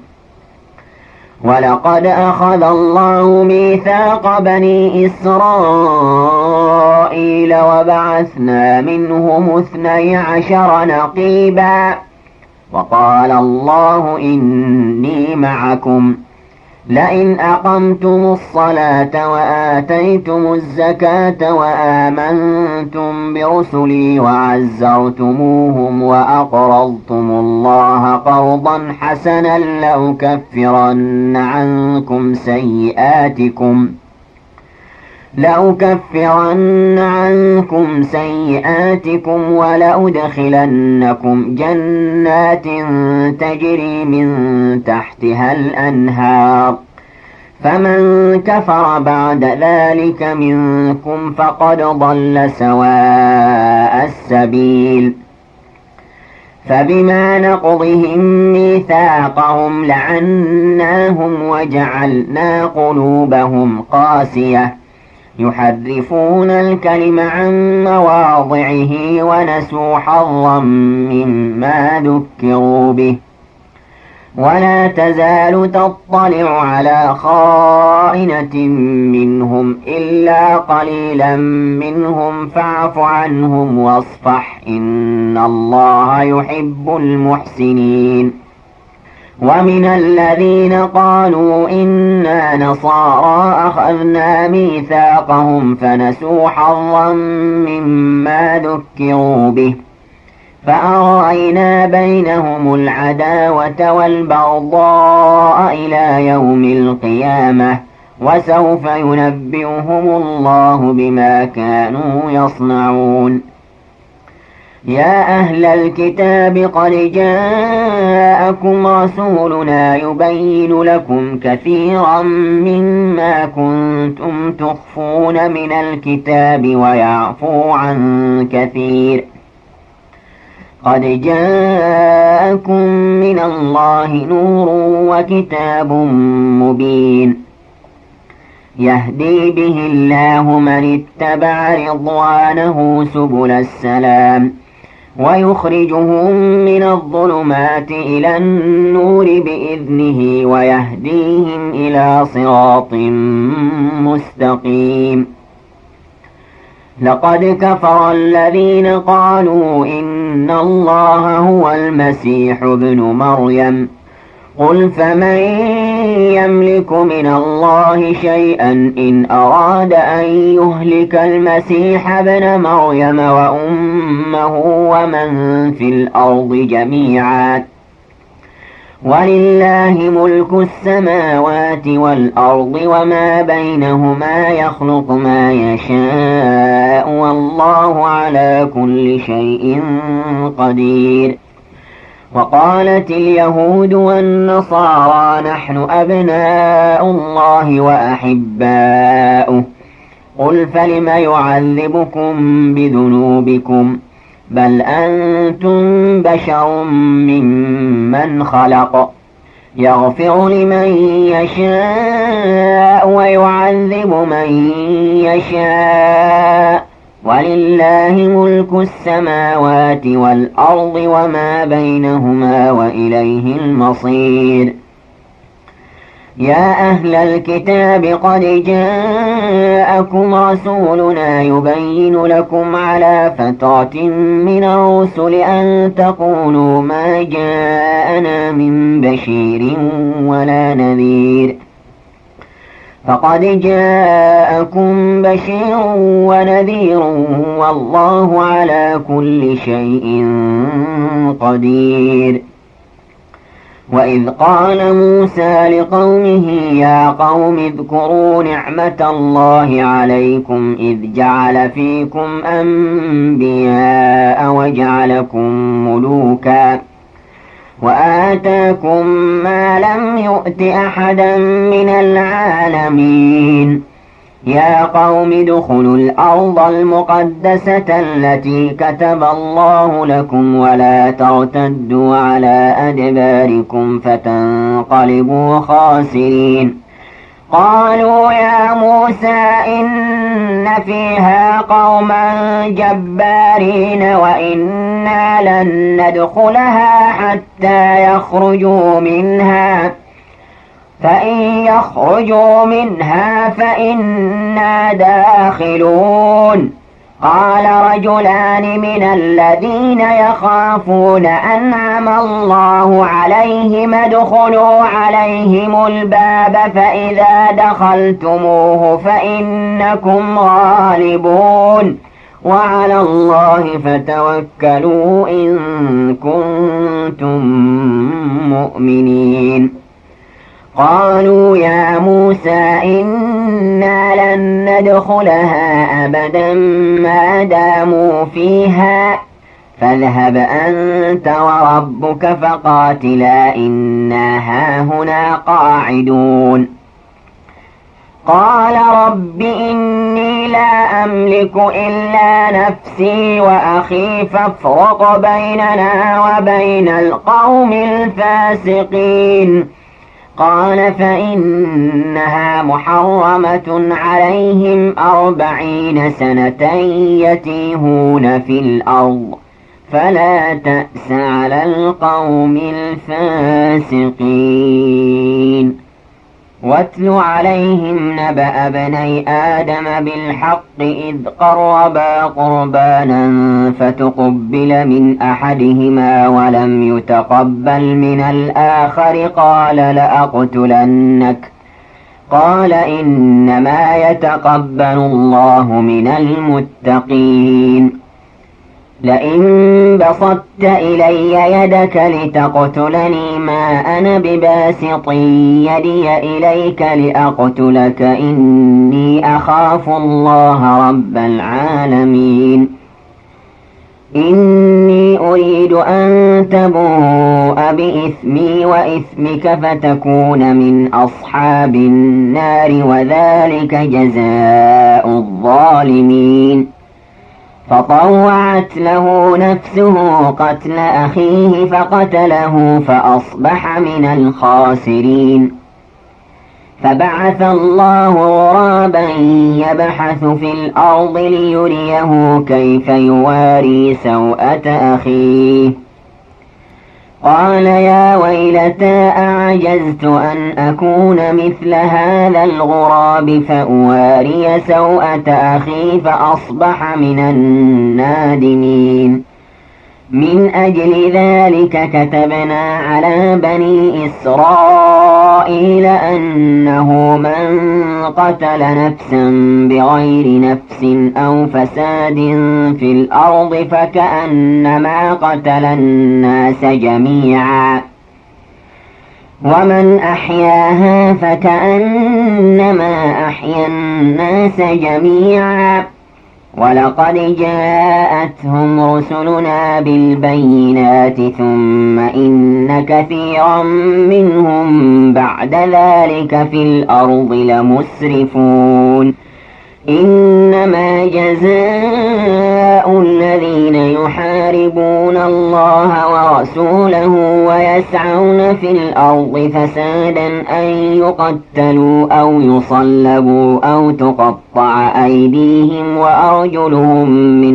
ولقد أخذ الله ميثاق بني إسرائيل وبعثنا منهم 12 نقيبا وقال الله إني معكم لئن أقمتم الصلاة وآتيتم الزكاة وآمنتم برسلي وعزرتموهم وأقرضتم الله قرضا حسنا لأكفرن عنكم سيئاتكم ولأدخلنكم جنات تجري من تحتها الأنهار فمن كفر بعد ذلك منكم فقد ضل سواء السبيل. فبما نقضهم ميثاقهم لعناهم وجعلنا قلوبهم قاسية يحرفون الكلم عن مواضعه ونسوا حظا مما ذكروا به ولا تزال تطلع على خائنة منهم إلا قليلا منهم فاعف عنهم واصفح إن الله يحب المحسنين. ومن الذين قالوا إنا نصارى أخذنا ميثاقهم فنسوا حظا مما ذكروا به فأغرينا بينهم العداوة والبغضاء إلى يوم القيامة وسوف ينبئهم الله بما كانوا يصنعون. يا أهل الكتاب قد جاءكم رسولنا يبين لكم كثيرا مما كنتم تخفون من الكتاب ويعفو عن كثير قد جاءكم من الله نور وكتاب مبين يهدي به الله من اتبع رضوانه سبل السلام ويخرجهم من الظلمات إلى النور بإذنه ويهديهم إلى صراط مستقيم. لقد كفر الذين قالوا إن الله هو المسيح ابن مريم قل فمن يملك من الله شيئا إن أراد أن يهلك المسيح ابن مريم وأمه ومن في الأرض جميعا ولله ملك السماوات والأرض وما بينهما يخلق ما يشاء والله على كل شيء قدير. وقالت اليهود والنصارى نحن أبناء الله وأحباؤه قل فلم يعذبكم بذنوبكم بل أنتم بشر ممن خلق يغفر لمن يشاء ويعذب من يشاء ولله ملك السماوات والأرض وما بينهما وإليه المصير. يا أهل الكتاب قد جاءكم رسولنا يبين لكم على فترة من الرسل أن تقولوا ما جاءنا من بشير ولا نذير فقد جاءكم بشير ونذير والله على كل شيء قدير. وإذ قال موسى لقومه يا قوم اذكروا نعمة الله عليكم إذ جعل فيكم أنبياء وجعلكم ملوكا وآتاكم ما لم يؤت أحدا من العالمين يا قوم ادخلوا الأرض المقدسة التي كتب الله لكم ولا ترتدوا على أدباركم فتنقلبوا خاسرين. قالوا يا موسى إن فيها قوما جبارين وإنا لن ندخلها حتى يخرجوا منها فإن يخرجوا منها فإنا داخلون. قال رجلان من الذين يخافون أنعم الله عليهم ادخلوا عليهم الباب فإذا دخلتموه فإنكم غالبون وعلى الله فتوكلوا إن كنتم مؤمنين. قالوا يا موسى إنا لن ندخلها أبدا ما داموا فيها فاذهب أنت وربك فقاتلا إنا هاهنا قاعدون. قال رب إني لا أملك إلا نفسي وأخي فافرق بيننا وبين القوم الفاسقين. قال فإنها محرمة عليهم 40 سنة يتيهون في الأرض فلا تأس على القوم الفاسقين. واتل عليهم نبأ بني آدم بالحق إذ قربا قربانا فتقبل من أحدهما ولم يتقبل من الآخر قال لأقتلنك. قال إنما يتقبل الله من المتقين. لئن بسطت إلي يدك لتقتلني ما أنا بباسط يدي إليك لأقتلك إني أخاف الله رب العالمين. إني أريد أن تبوء بإثمي وإثمك فتكون من أصحاب النار وذلك جزاء الظالمين. فطوعت له نفسه قتل أخيه فقتله فأصبح من الخاسرين. فبعث الله غرابا يبحث في الأرض ليريه كيف يواري سوءة أخيه. قال يا ويلتى أعجزت أن أكون مثل هذا الغراب فأواري سوءة أخي فأصبح من النادمين. من أجل ذلك كتبنا على بني إسرائيل أنه من قتل نفسا بغير نفس أو فساد في الأرض فكأنما قتل الناس جميعا ومن أحياها فكأنما أحيا الناس جميعا. ولقد جاءتهم رسلنا بالبينات ثم إن كثيرا منهم بعد ذلك في الأرض لمسرفون. إنما جزاء الذين يحاربون الله ورسوله ويسعون في الأرض فسادا أن يقتلوا أو يصلبوا أو تقطع أيديهم وأرجلهم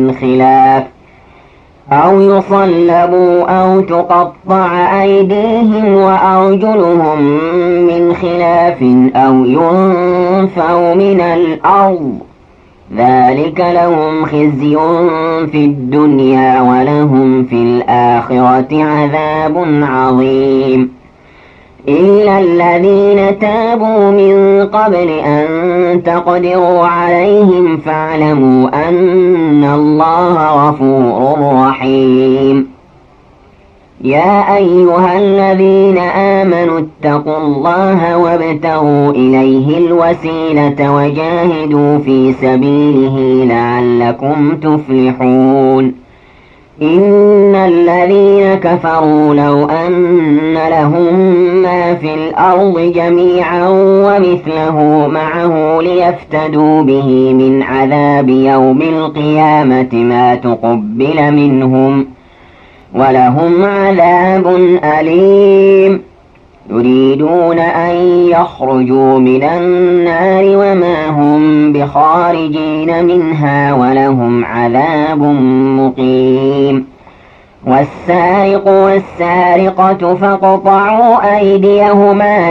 من خلاف أو ينفوا من الأرض ذلك لهم خزي في الدنيا ولهم في الآخرة عذاب عظيم. إلا الذين تابوا من قبل أن تقدروا عليهم فاعلموا أن الله غفور رحيم. يا أيها الذين آمنوا اتقوا الله وابتغوا إليه الوسيلة وجاهدوا في سبيله لعلكم تفلحون. إن الذين كفروا لو أن لهم ما في الأرض جميعا ومثله معه ليفتدوا به من عذاب يوم القيامة ما تقبل منهم ولهم عذاب أليم يريدون أن يخرجوا من النار وما هم بخارجين منها ولهم عذاب مقيم والسارق والسارقة فاقطعوا أيديهما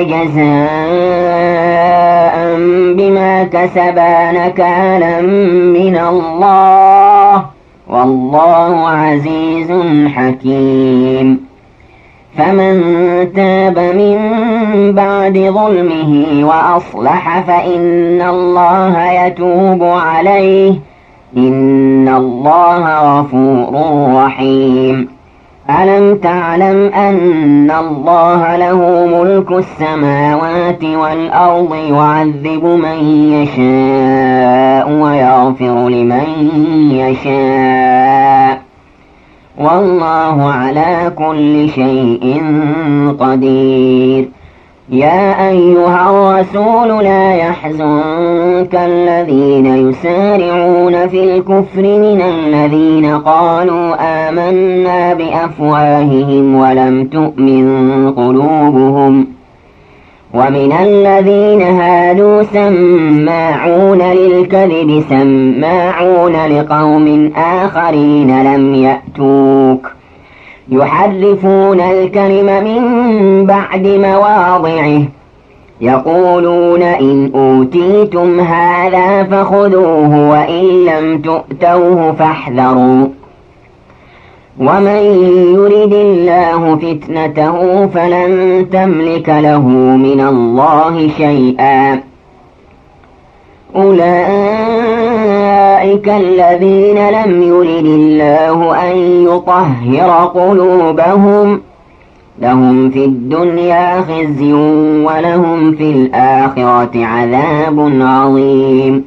جزاء بما كسبا نكالا من الله والله عزيز حكيم فمن تاب من بعد ظلمه وأصلح فإن الله يتوب عليه إن الله غفور رحيم ألم تعلم أن الله له ملك السماوات والأرض يعذب من يشاء ويغفر لمن يشاء والله على كل شيء قدير يا أيها الرسول لا يحزنك الذين يسارعون في الكفر من الذين قالوا آمنا بأفواههم ولم تؤمن قلوبهم ومن الذين هادوا سماعون للكذب سماعون لقوم آخرين لم يأتوك يحرفون الكلم من بعد مواضعه يقولون إن أوتيتم هذا فخذوه وإن لم تؤتوه فاحذروا ومن يرد الله فتنته فلن تملك له من الله شيئا أولئك الذين لم يرد الله أن يطهر قلوبهم لهم في الدنيا خزي ولهم في الآخرة عذاب عظيم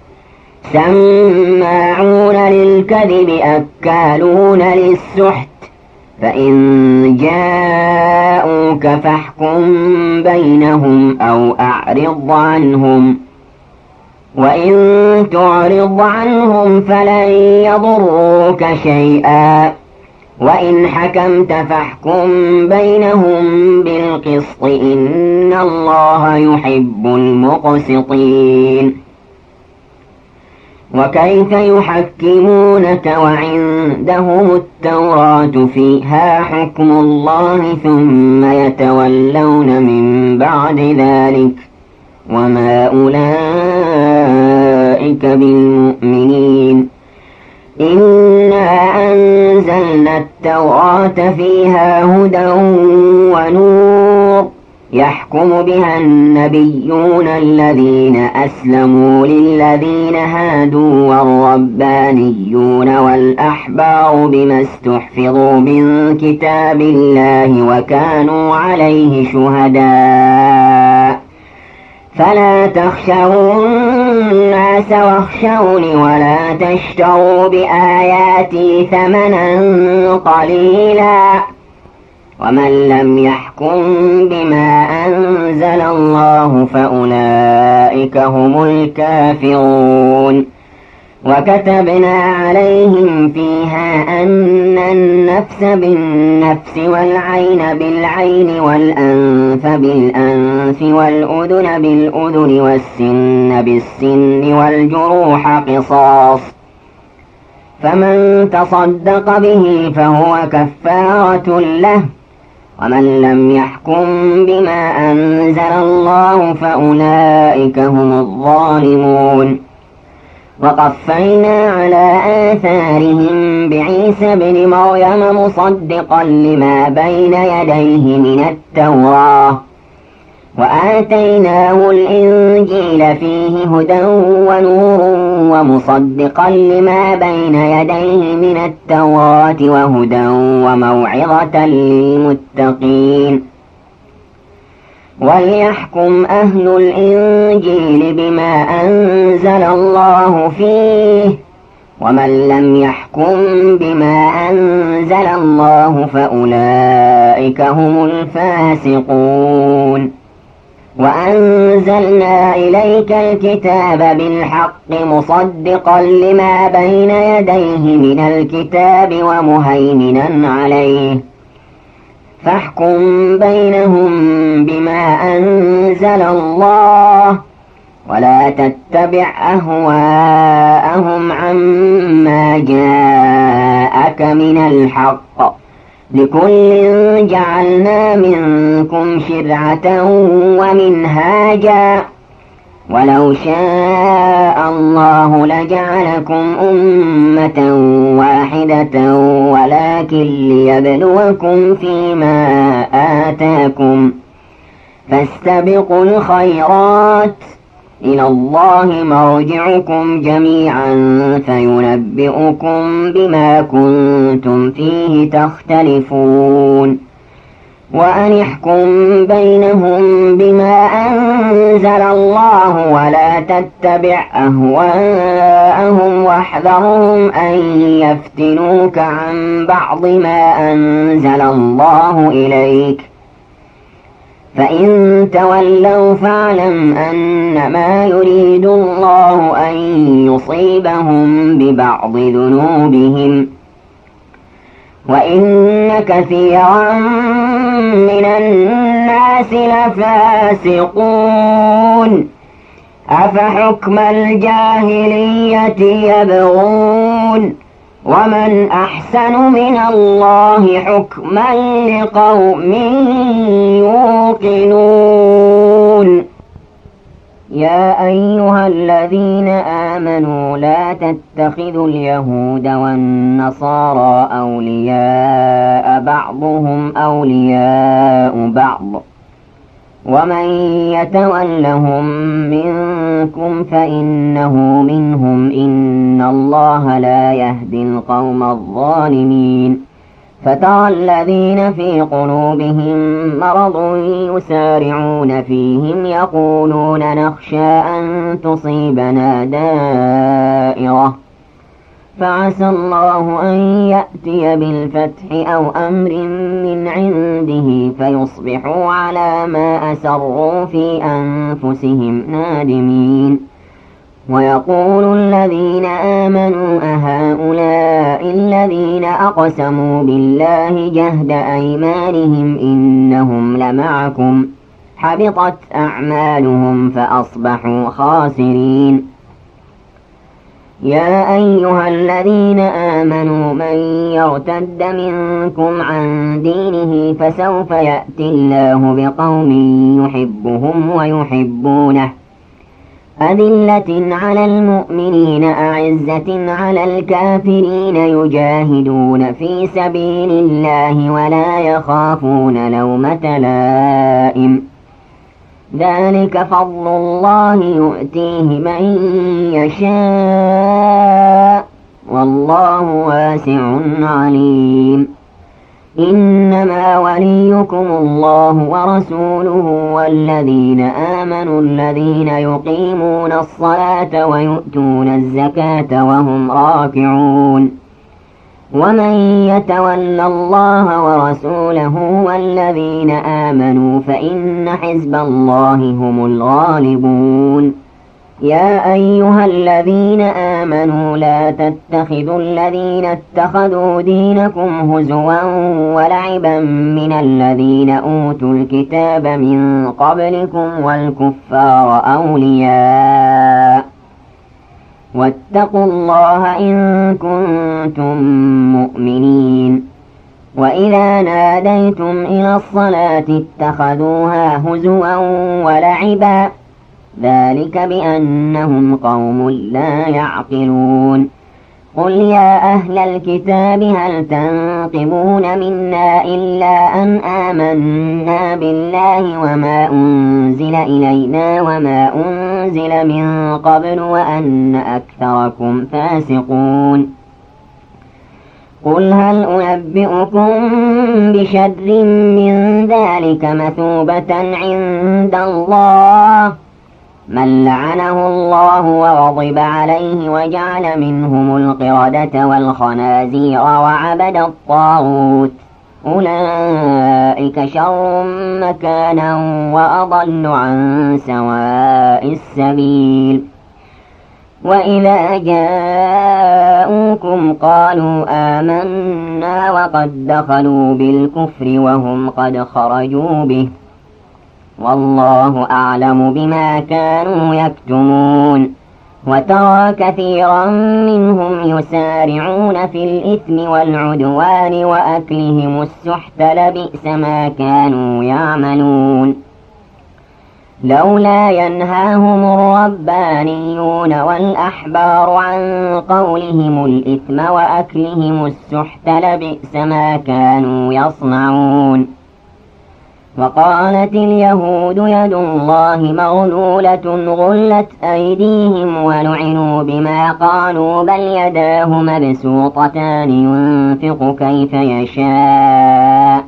سماعون للكذب أكالون للسحت فإن جاءوك فاحكم بينهم أو أعرض عنهم وإن تعرض عنهم فلن يضروك شيئا وإن حكمت فاحكم بينهم بالقسط إن الله يحب المقسطين وكيف يحكمونك وعندهم التوراة فيها حكم الله ثم يتولون من بعد ذلك وما أولئك بالمؤمنين إنا أنزلنا التوراة فيها هدى ونور يحكم بها النبيون الذين أسلموا للذين هادوا والربانيون والأحبار بما استحفظوا من كتاب الله وكانوا عليه شهداء فلا تخشوا الناس واخشوني ولا تشتروا بآياتي ثمنا قليلا ومن لم يحكم بما أنزل الله فأولئك هم الكافرون وكتبنا عليهم فيها أن النفس بالنفس والعين بالعين والأنف بالأنف والأذن بالأذن والسن بالسن والجروح قصاص فمن تصدق به فهو كفارة له ومن لم يحكم بما أنزل الله فأولئك هم الظالمون وقفينا على آثارهم بعيسى بن مريم مصدقا لما بين يديه من التوراة وآتيناه الإنجيل فيه هدى ونور ومصدقا لما بين يديه من التوراة وهدى وموعظة للمتقين وليحكم أهل الإنجيل بما أنزل الله فيه ومن لم يحكم بما أنزل الله فأولئك هم الفاسقون. وأنزلنا إليك الكتاب بالحق مصدقا لما بين يديه من الكتاب ومهيمنا عليه فاحكم بينهم بما أنزل الله ولا تتبع أهواءهم عما جاءك من الحق لكل جعلنا منكم شرعة ومنهاجا ولو شاء الله لجعلكم أمة واحدة ولكن ليبلوكم فيما آتاكم فاستبقوا الخيرات إلى الله مرجعكم جميعا فينبئكم بما كنتم فيه تختلفون. وأن احكم بينهم بما أنزل الله ولا تتبع أهواءهم واحذرهم أن يفتنوك عن بعض ما أنزل الله إليك فإن تولوا فاعلم أنما يريد الله أن يصيبهم ببعض ذنوبهم وإن كثيرا من الناس لفاسقون. أفحكم الجاهلية يبغون ومن أحسن من الله حكما لقوم يوقنون. يا أيها الذين آمنوا لا تتخذوا اليهود والنصارى أولياء بعضهم أولياء بعض ومن يتولهم منكم فإنه منهم إن الله لا يهدي القوم الظالمين. فترى الذين في قلوبهم مرض يسارعون فيهم يقولون نخشى أن تصيبنا دائرة فعسى الله أن يأتي بالفتح أو أمر من عنده فيصبحوا على ما أسروا في أنفسهم نادمين. ويقول الذين آمنوا أهؤلاء الذين أقسموا بالله جهد أيمانهم إنهم لمعكم حبطت أعمالهم فأصبحوا خاسرين. يا أيها الذين آمنوا من يرتد منكم عن دينه فسوف يأتي الله بقوم يحبهم ويحبونه أذلة على المؤمنين أعزة على الكافرين يجاهدون في سبيل الله ولا يخافون لومة لائم ذلك فضل الله يؤتيه من يشاء والله واسع عليم. إنما وليكم الله ورسوله والذين آمنوا الذين يقيمون الصلاة ويؤتون الزكاة وهم راكعون. ومن يتول الله ورسوله والذين آمنوا فإن حزب الله هم الغالبون. يا أيها الذين آمنوا لا تتخذوا الذين اتخذوا دينكم هزوا ولعبا من الذين أوتوا الكتاب من قبلكم والكفار أولياء واتقوا الله إن كنتم مؤمنين. وإذا ناديتم إلى الصلاة اتخذوها هزوا ولعبا ذلك بأنهم قوم لا يعقلون. قل يا أهل الكتاب هل تنقمون منا إلا أن آمنا بالله وما أنزل إلينا وما أنزل من قبل وأن أكثركم فاسقون. قل هل أنبئكم بشر من ذلك مثوبة عند الله من لعنه الله وغضب عليه وجعل منهم القردة والخنازير وعبد الطاغوت أولئك شر مكانا وأضل عن سواء السبيل. وإذا جاءوكم قالوا آمنا وقد دخلوا بالكفر وهم قد خرجوا به والله أعلم بما كانوا يكتمون. وترى كثيرا منهم يسارعون في الإثم والعدوان وأكلهم السحت لبئس ما كانوا يعملون. لولا ينهاهم الربانيون والأحبار عن قولهم الإثم وأكلهم السحت لبئس ما كانوا يصنعون. وقالت اليهود يد الله مغلولة غلت أيديهم ولعنوا بما قالوا بل يداه مبسوطتان ينفق كيف يشاء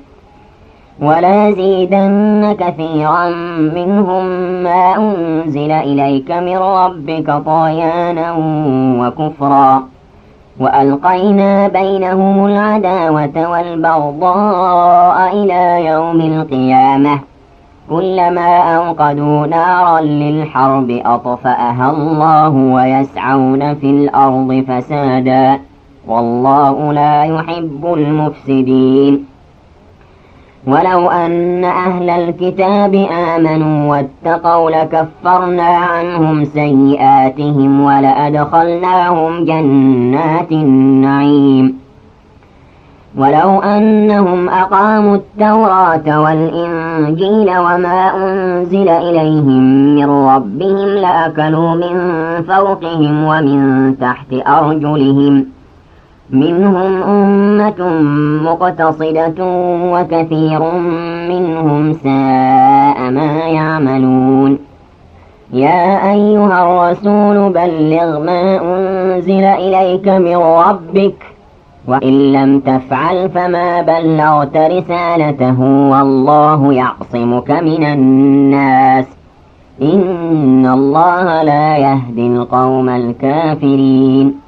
وليزيدن كثيرا منهم ما أنزل إليك من ربك طغيانا وكفرا وألقينا بينهم العداوة والبغضاء إلى يوم القيامة كلما أوقدوا نارا للحرب أطفأها الله ويسعون في الأرض فسادا والله لا يحب المفسدين. ولو أن أهل الكتاب آمنوا واتقوا لكفرنا عنهم سيئاتهم ولأدخلناهم جنات النعيم. ولو أنهم أقاموا التوراة والإنجيل وما أنزل إليهم من ربهم لأكلوا من فوقهم ومن تحت أرجلهم منهم أمة مقتصدة وكثير منهم ساء ما يعملون. يا أيها الرسول بلغ ما أنزل إليك من ربك وإن لم تفعل فما بلغت رسالته والله يعصمك من الناس إن الله لا يهدي القوم الكافرين.